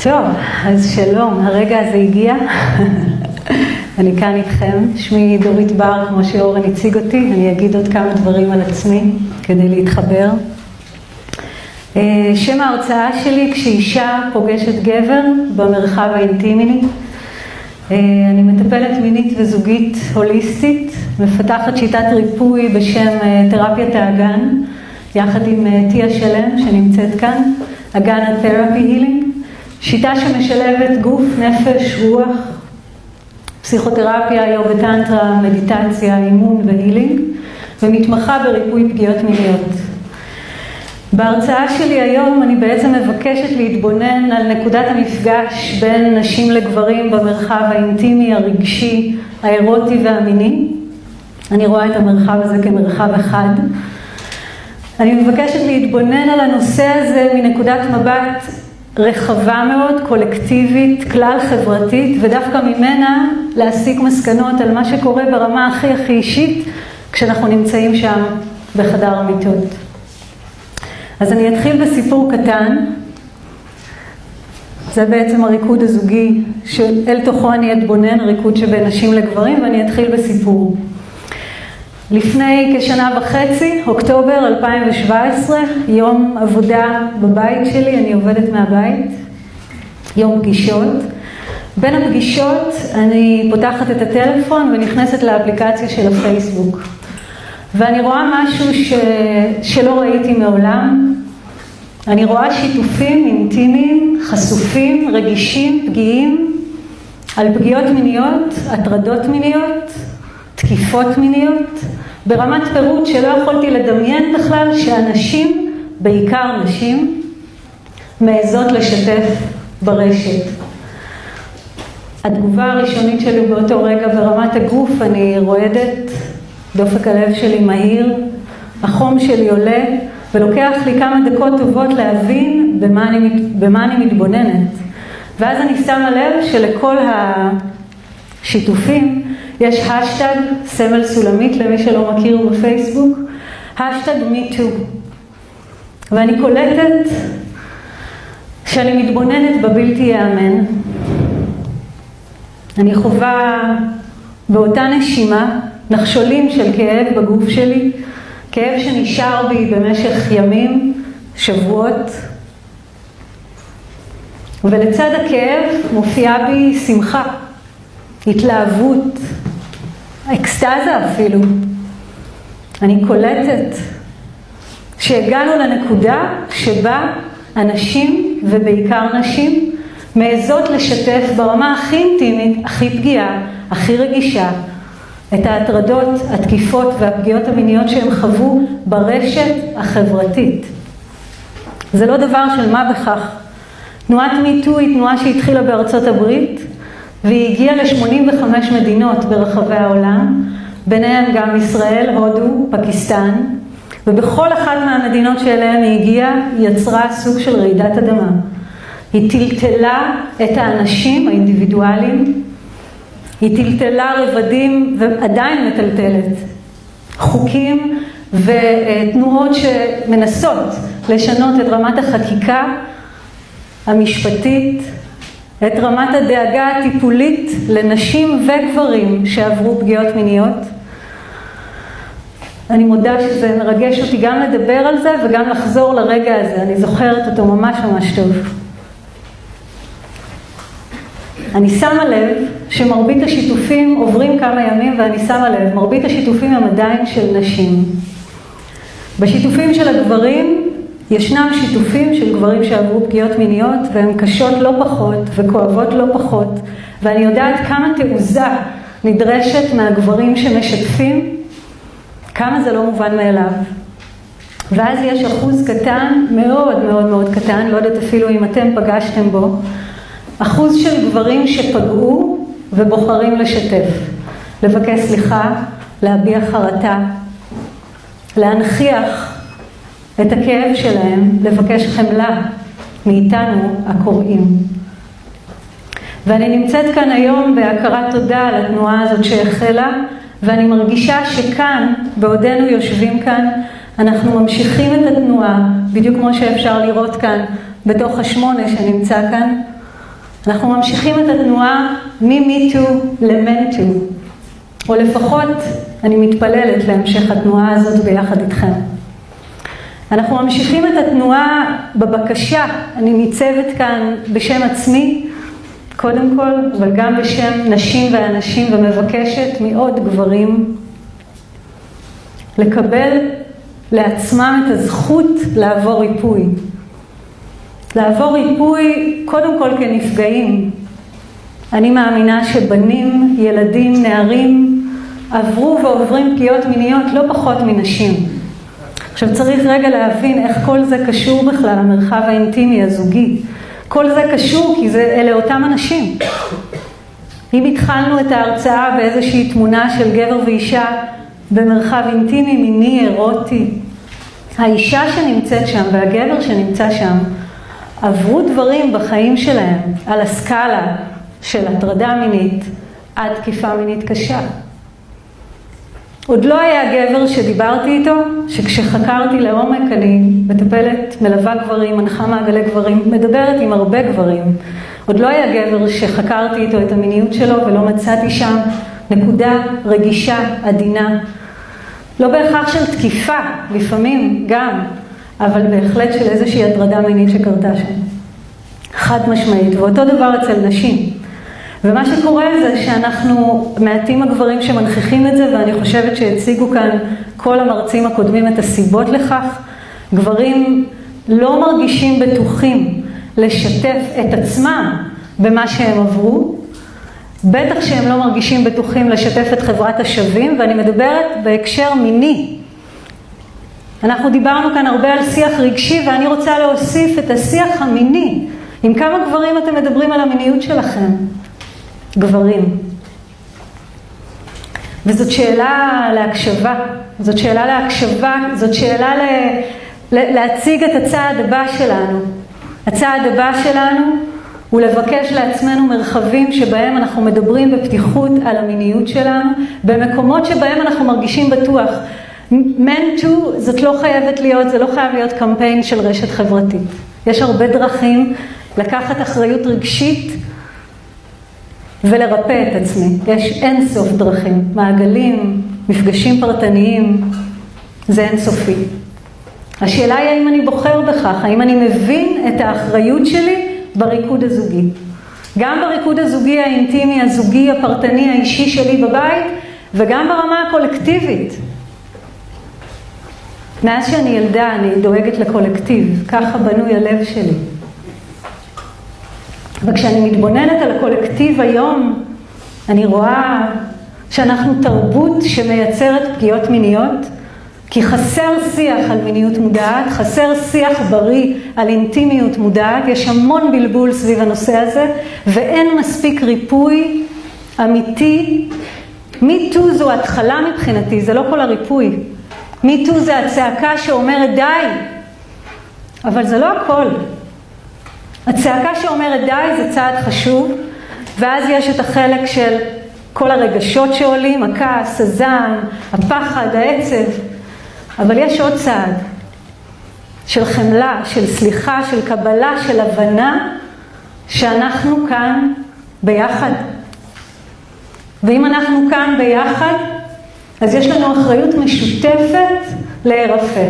טוב, אז שלום, הרגע הזה הגיע. אני כאן איתכם. שמי דורית בר, כמו שאורן הציג אותי. אני אגיד עוד כמה דברים על עצמי כדי להתחבר. שם ההרצאה שלי, כשאישה פוגשת גבר במרחב האינטימי. אני מטפלת מינית וזוגית הוליסטית, מפתחת שיטת ריפוי בשם תרפיית האגן, יחד עם תיה שלם שנמצאת כאן, אגן התרפי הילינג, שיטה שמשלבת גוף, נפש, רוח, פסיכותרפיה, יוגה טנטרה, מדיטציה, אימון והילינג, ומתמחה בריפוי פגיעות מיניות. בהרצאה שלי היום אני בעצם מבקשת להתבונן על נקודת המפגש בין נשים לגברים במרחב האינטימי, הרגשי, האירוטי והמיני. אני רואה את המרחב הזה כמרחב אחד. אני מבקשת להתבונן על הנושא הזה מנקודת מבט רחבה מאוד, קולקטיבית, כלל חברתית, ודווקא ממנה להסיק מסקנות על מה שקורה ברמה הכי אישית כשאנחנו נמצאים שם בחדר המיטות. אז אני אתחיל בסיפור קטן. זה בעצם הריקוד הזוגי שאל תוכו אני אתבונן, ריקוד שבין נשים לגברים, ואני אתחיל בסיפור. לפני כשנה וחצי, אוקטובר 2017, יום עבודה בבית שלי, אני עובדת מהבית, יום פגישות. בין הפגישות אני פותחת את הטלפון ונכנסת לאפליקציה של הפייסבוק. ואני רואה משהו שלא ראיתי מעולם. אני רואה שיתופים אינטימיים, חשופים, רגישים, פגיעים, על פגיעות מיניות, הטרדות מיניות, תקיפות מיניות, ברמת פירוט שלא יכולתי לדמיין בכלל שאנשים, בעיקר נשים, מעזות לשתף ברשת. התגובה הראשונית שלי באותו רגע ברמת הגוף, אני רועדת, דופק הלב שלי מהיר, החום שלי עולה, ולוקח לי כמה דקות טובות להבין במה אני מתבוננת. ואז אני שמה לב שלכל השיתופים יש השטג, סמל סולמית למי שלא מכיר בפייסבוק, השטג MeToo. ואני קולטת שאני מתבוננת בבלתי יאמן. אני חווה באותה נשימה נחשולים של כאב בגוף שלי, כאב שנשאר בי במשך ימים, שבועות. ולצד הכאב מופיעה בי שמחה, התלהבות, אקסטזה אפילו. אני קולטת שהגענו לנקודה שבה אנשים, ובעיקר נשים, מעזות לשתף ברמה הכי אינטימית, הכי פגיעה, הכי רגישה, את ההטרדות, התקיפות והפגיעות המיניות שהם חוו ברשת החברתית. זה לא דבר של מה בכך. תנועת MeToo היא תנועה שהתחילה בארצות הברית, והיא הגיעה ל-85 מדינות ברחבי העולם, ביניהם גם ישראל, הודו, פקיסטן, ובכל אחת מהמדינות שאליהן היא הגיעה, היא יצרה סוג של רעידת אדמה. היא טלטלה את האנשים האינדיבידואליים, היא טלטלה רבדים ועדיין מטלטלת חוקים ותנועות שמנסות לשנות את רמת החקיקה המשפטית, את רמת הדאגה הטיפולית לנשים וגברים שעברו פגיעות מיניות. אני מודה שזה מרגש אותי גם לדבר על זה וגם לחזור לרגע הזה. אני זוכרת אותו ממש טוב. אני שמה לב שמרבית השיתופים עוברים כמה ימים, ואני שמה לב, מרבית השיתופים הם עדיין של נשים. בשיתופים של הגברים ישנם שיתופים של גברים שעברו פגיעות מיניות, והן קשות לא פחות וכואבות לא פחות, ואני יודעת כמה תעוזה נדרשת מהגברים שמשתפים, כמה זה לא מובן מאליו. ואז יש אחוז קטן, מאוד קטן, לא יודעת אפילו אם אתם פגשתם בו, אחוז של גברים שפגעו ובוחרים לשתף, לבקש סליחה, להביע חרטה, להנכיח את הכאב שלהם, לבקש חמלה מאיתנו הקוראים. ואני נמצאת כאן היום בהכרת תודה על התנועה הזאת שהחלה, ואני מרגישה שכאן, בעודנו יושבים כאן, אנחנו ממשיכים את התנועה, בדיוק כמו שאפשר לראות כאן בתוך 8 שנמצא כאן, אנחנו ממשיכים את התנועה מ-MeToo ל-Men Too, או לפחות אני מתפללת להמשך התנועה הזאת ביחד איתכם. אנחנו ממשיכים את התנועה בבקשה, אני ניצבת כאן בשם עצמי, קודם כל, אבל גם בשם נשים ואנשים, ומבקשת מעוד גברים לקבל לעצמם את הזכות לעבור ריפוי. לעבור ריפוי קודם כל כנפגעים. אני מאמינה שבנים, ילדים, נערים עברו ועוברים פגיעות מיניות לא פחות מנשים. עכשיו צריך רגע להבין איך כל זה קשור בכלל למרחב האינטימי הזוגי. כל זה קשור כי אלה אותם אנשים. אם התחלנו את ההרצאה באיזושהי תמונה של גבר ואישה במרחב אינטימי, מיני, אירוטי, האישה שנמצאת שם והגבר שנמצא שם עברו דברים בחיים שלהם על הסקאלה של הטרדה מינית עד תקיפה מינית קשה. עוד לא היה גבר שדיברתי איתו, שכשחקרתי לעומק, אני מטפלת, מלווה גברים, מנחה מעגלי גברים, מדברת עם הרבה גברים. עוד לא היה גבר שחקרתי איתו את המיניות שלו ולא מצאתי שם נקודה רגישה, עדינה. לא בהכרח של תקיפה, לפעמים גם, אבל בהחלט של איזושהי הטרדה מינית שקרתה שם. חד משמעית, ואותו דבר אצל נשים. ומה שקורה זה שאנחנו מעטים הגברים שמנכיחים את זה, ואני חושבת שהציגו כאן כל המרצים הקודמים את הסיבות לכך. גברים לא מרגישים בטוחים לשתף את עצמם במה שהם עברו, בטח שהם לא מרגישים בטוחים לשתף את חברת השווים, ואני מדברת בהקשר מיני. אנחנו דיברנו כאן הרבה על שיח רגשי, ואני רוצה להוסיף את השיח המיני. עם כמה גברים אתם מדברים על המיניות שלכם? גברים. וזאת שאלה להקשבה, זאת שאלה להציג את הצעד הבא שלנו. הצעד הבא שלנו הוא לבקש לעצמנו מרחבים שבהם אנחנו מדברים בפתיחות על המיניות שלנו, במקומות שבהם אנחנו מרגישים בטוח. Men Too, זאת לא חייבת להיות, זה לא חייב להיות קמפיין של רשת חברתית. יש הרבה דרכים לקחת אחריות רגשית ולרפא את עצמי. יש אין סוף דרכים, מעגלים, מפגשים פרטניים, זה אין סופי. השאלה היא האם אני בוחר בכך, האם אני מבין את האחריות שלי בריקוד הזוגי. גם בריקוד הזוגי האינטימי, הזוגי, הפרטני, האישי שלי בבית, וגם ברמה הקולקטיבית. מאז שאני ילדה אני דואגת לקולקטיב, ככה בנוי הלב שלי. וכשאני מתבוננת על הקולקטיב היום, אני רואה שאנחנו תרבות שמייצרת פגיעות מיניות, כי חסר שיח על מיניות מודעת, חסר שיח בריא על אינטימיות מודעת, יש המון בלבול סביב הנושא הזה, ואין מספיק ריפוי אמיתי. MeToo זו התחלה מבחינתי, זה לא כל הריפוי. MeToo זה הצעקה שאומרת די, אבל זה לא הכל. הצעקה שאומרת די זה צעד חשוב, ואז יש את החלק של כל הרגשות שעולים, הכעס, הזעם, הפחד, העצב, אבל יש עוד צעד של חמלה, של סליחה, של קבלה, של הבנה שאנחנו כאן ביחד. ואם אנחנו כאן ביחד, אז יש לנו אחריות משותפת להירפא.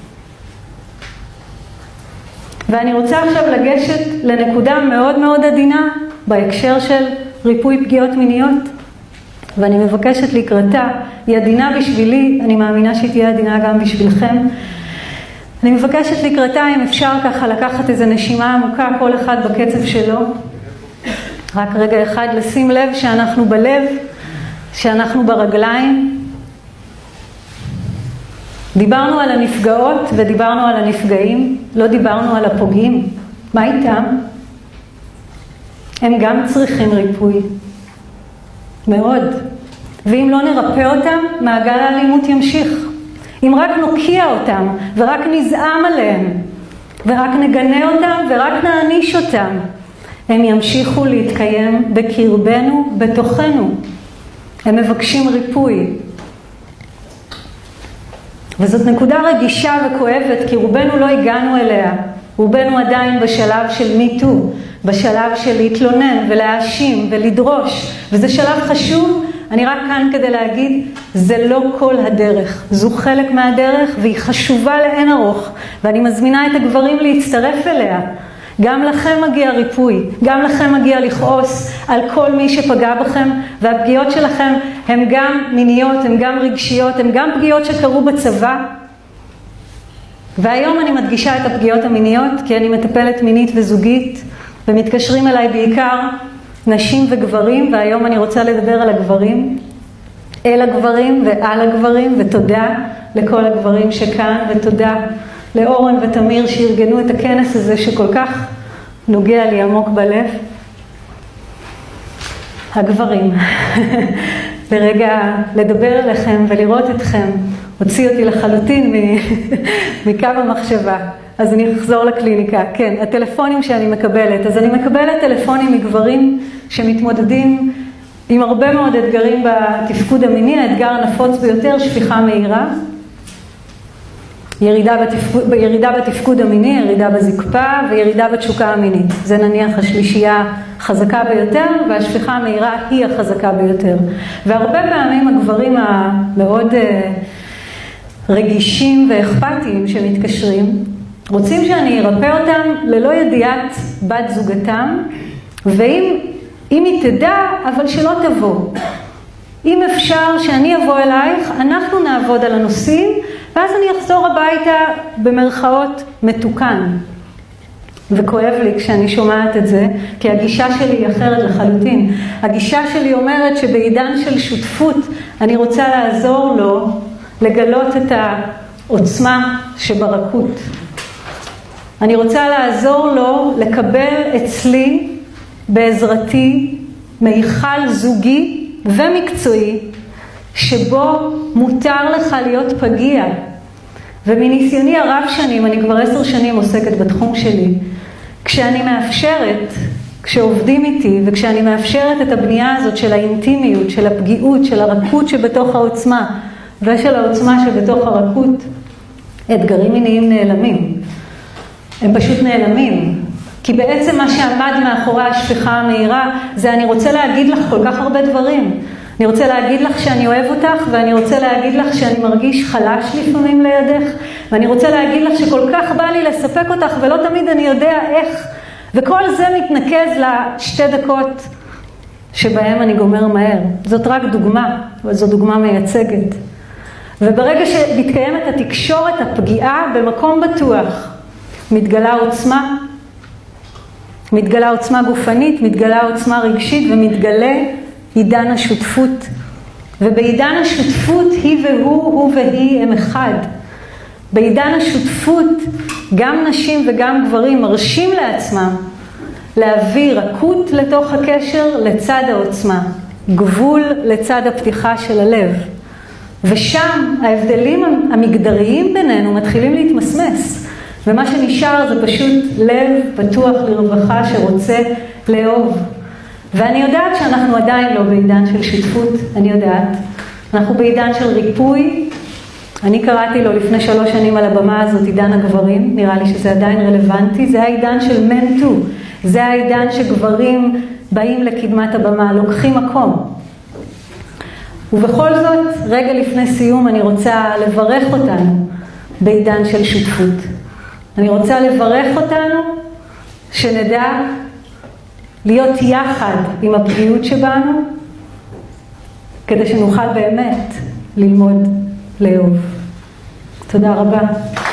ואני רוצה עכשיו לגשת לנקודה מאוד מאוד עדינה בהקשר של ריפוי פגיעות מיניות, ואני מבקשת לקראתה. היא עדינה בשבילי, אני מאמינה שהיא תהיה עדינה גם בשבילכם. אני מבקשת לקראתה, אם אפשר ככה לקחת איזו נשימה עמוקה, כל אחד בקצב שלו. רק רגע אחד לשים לב שאנחנו בלב, שאנחנו ברגליים. דיברנו על הנפגעות ודיברנו על הנפגעים, לא דיברנו על הפוגעים. מה איתם? הם גם צריכים ריפוי. מאוד. ואם לא נרפא אותם, מעגל האלימות ימשיך. אם רק נוקיע אותם ורק נזעם עליהם, ורק נגנה אותם ורק נעניש אותם, הם ימשיכו להתקיים בקרבנו, בתוכנו. הם מבקשים ריפוי. וזאת נקודה רגישה וכואבת, כי רובנו לא הגענו אליה. רובנו עדיין בשלב של MeToo. בשלב של להתלונן ולהאשים ולדרוש, וזה שלב חשוב. אני רק כאן כדי להגיד, זה לא כל הדרך, זו חלק מהדרך והיא חשובה לאין ארוך, ואני מזמינה את הגברים להצטרף אליה. גם לכם מגיע ריפוי, גם לכם מגיע לכעוס על כל מי שפגע בכם, והפגיעות שלכם הן גם מיניות, הן גם רגשיות, הן גם פגיעות שקרו בצבא. והיום אני מדגישה את הפגיעות המיניות, כי אני מטפלת מינית וזוגית, ומתקשרים אליי בעיקר נשים וגברים, והיום אני רוצה לדבר על הגברים, אל הגברים ועל הגברים, ותודה לכל הגברים שכאן, ותודה לאורן ותמיר שארגנו את הכנס הזה שכל כך נוגע לי עמוק בלב. הגברים, לרגע לדבר אליכם ולראות אתכם, הוציא אותי לחלוטין מקו המחשבה. אז אני אחזור לקליניקה. כן, הטלפונים שאני מקבלת. אז אני מקבלת טלפונים מגברים שמתמודדים עם הרבה מאוד אתגרים בתפקוד המיני. האתגר הנפוץ ביותר, שפיכה מהירה. ירידה בתפקוד המיני, ירידה בזקפה וירידה בתשוקה המינית. זה נניח השלישייה חזקה ביותר, והשפיכה המהירה היא החזקה ביותר. והרבה פעמים הגברים המאוד רגישים ואכפתיים שמתקשרים, רוצים שאני ארפא אותם ללא ידיעת בת זוגתם, ואם היא תדע, אבל שלא תבוא. אם אפשר שאני אבוא אלייך, אנחנו נעבוד על הנושאים, ואז אני אחזור הביתה במרכאות מתוקן. וכואב לי כשאני שומעת את זה, כי הגישה שלי היא אחרת לחלוטין. הגישה שלי אומרת שבעידן של שותפות, אני רוצה לעזור לו לגלות את העוצמה שברכות. אני רוצה לעזור לו לקבל אצלי, בעזרתי, מיכל זוגי ומקצועי, שבו מותר לך להיות פגיע. ומניסיוני הרב שנים, אני כבר 10 שנים עוסקת בתחום שלי, כשאני מאפשרת, כשעובדים איתי, וכשאני מאפשרת את הבנייה הזאת של האינטימיות, של הפגיעות, של הרכות שבתוך העוצמה, ושל העוצמה שבתוך הרכות, אתגרים מיניים נעלמים. הם פשוט נעלמים. כי בעצם מה שעמד מאחורי השפיכה המהירה, זה אני רוצה להגיד לך כל כך הרבה דברים. אני רוצה להגיד לך שאני אוהב אותך, ואני רוצה להגיד לך שאני מרגיש חלש לפעמים לידך, ואני רוצה להגיד לך שכל כך בא לי לספק אותך, ולא תמיד אני יודע איך. וכל זה מתנקז ל2 דקות שבהם אני גומר מהר. זאת רק דוגמה, אבל זו דוגמה מייצגת. וברגע שמתקיימת התקשורת הפגיעה במקום בטוח, מתגלה עוצמה, מתגלה עוצמה גופנית, מתגלה עוצמה רגשית, ומתגלה עידן השותפות. ובעידן השותפות היא והוא, הוא והיא הם אחד. בעידן השותפות גם נשים וגם גברים מרשים לעצמם להביא רכות לתוך הקשר לצד העוצמה, גבול לצד הפתיחה של הלב. ושם ההבדלים המגדריים בינינו מתחילים להתמסמס. ומה שנשאר זה פשוט לב פתוח לרווחה שרוצה לאהוב. ואני יודעת שאנחנו עדיין לא בעידן של שותפות, אני יודעת. אנחנו בעידן של ריפוי. אני קראתי לו לפני 3 שנים על הבמה הזאת עידן הגברים, נראה לי שזה עדיין רלוונטי. זה העידן של men too. זה העידן שגברים באים לקדמת הבמה, לוקחים מקום. ובכל זאת, רגע לפני סיום אני רוצה לברך אותנו בעידן של שותפות. אני רוצה לברך אותנו שנדע להיות יחד עם הפגיעות שבנו, כדי שנוכל באמת ללמוד לאהוב. תודה רבה.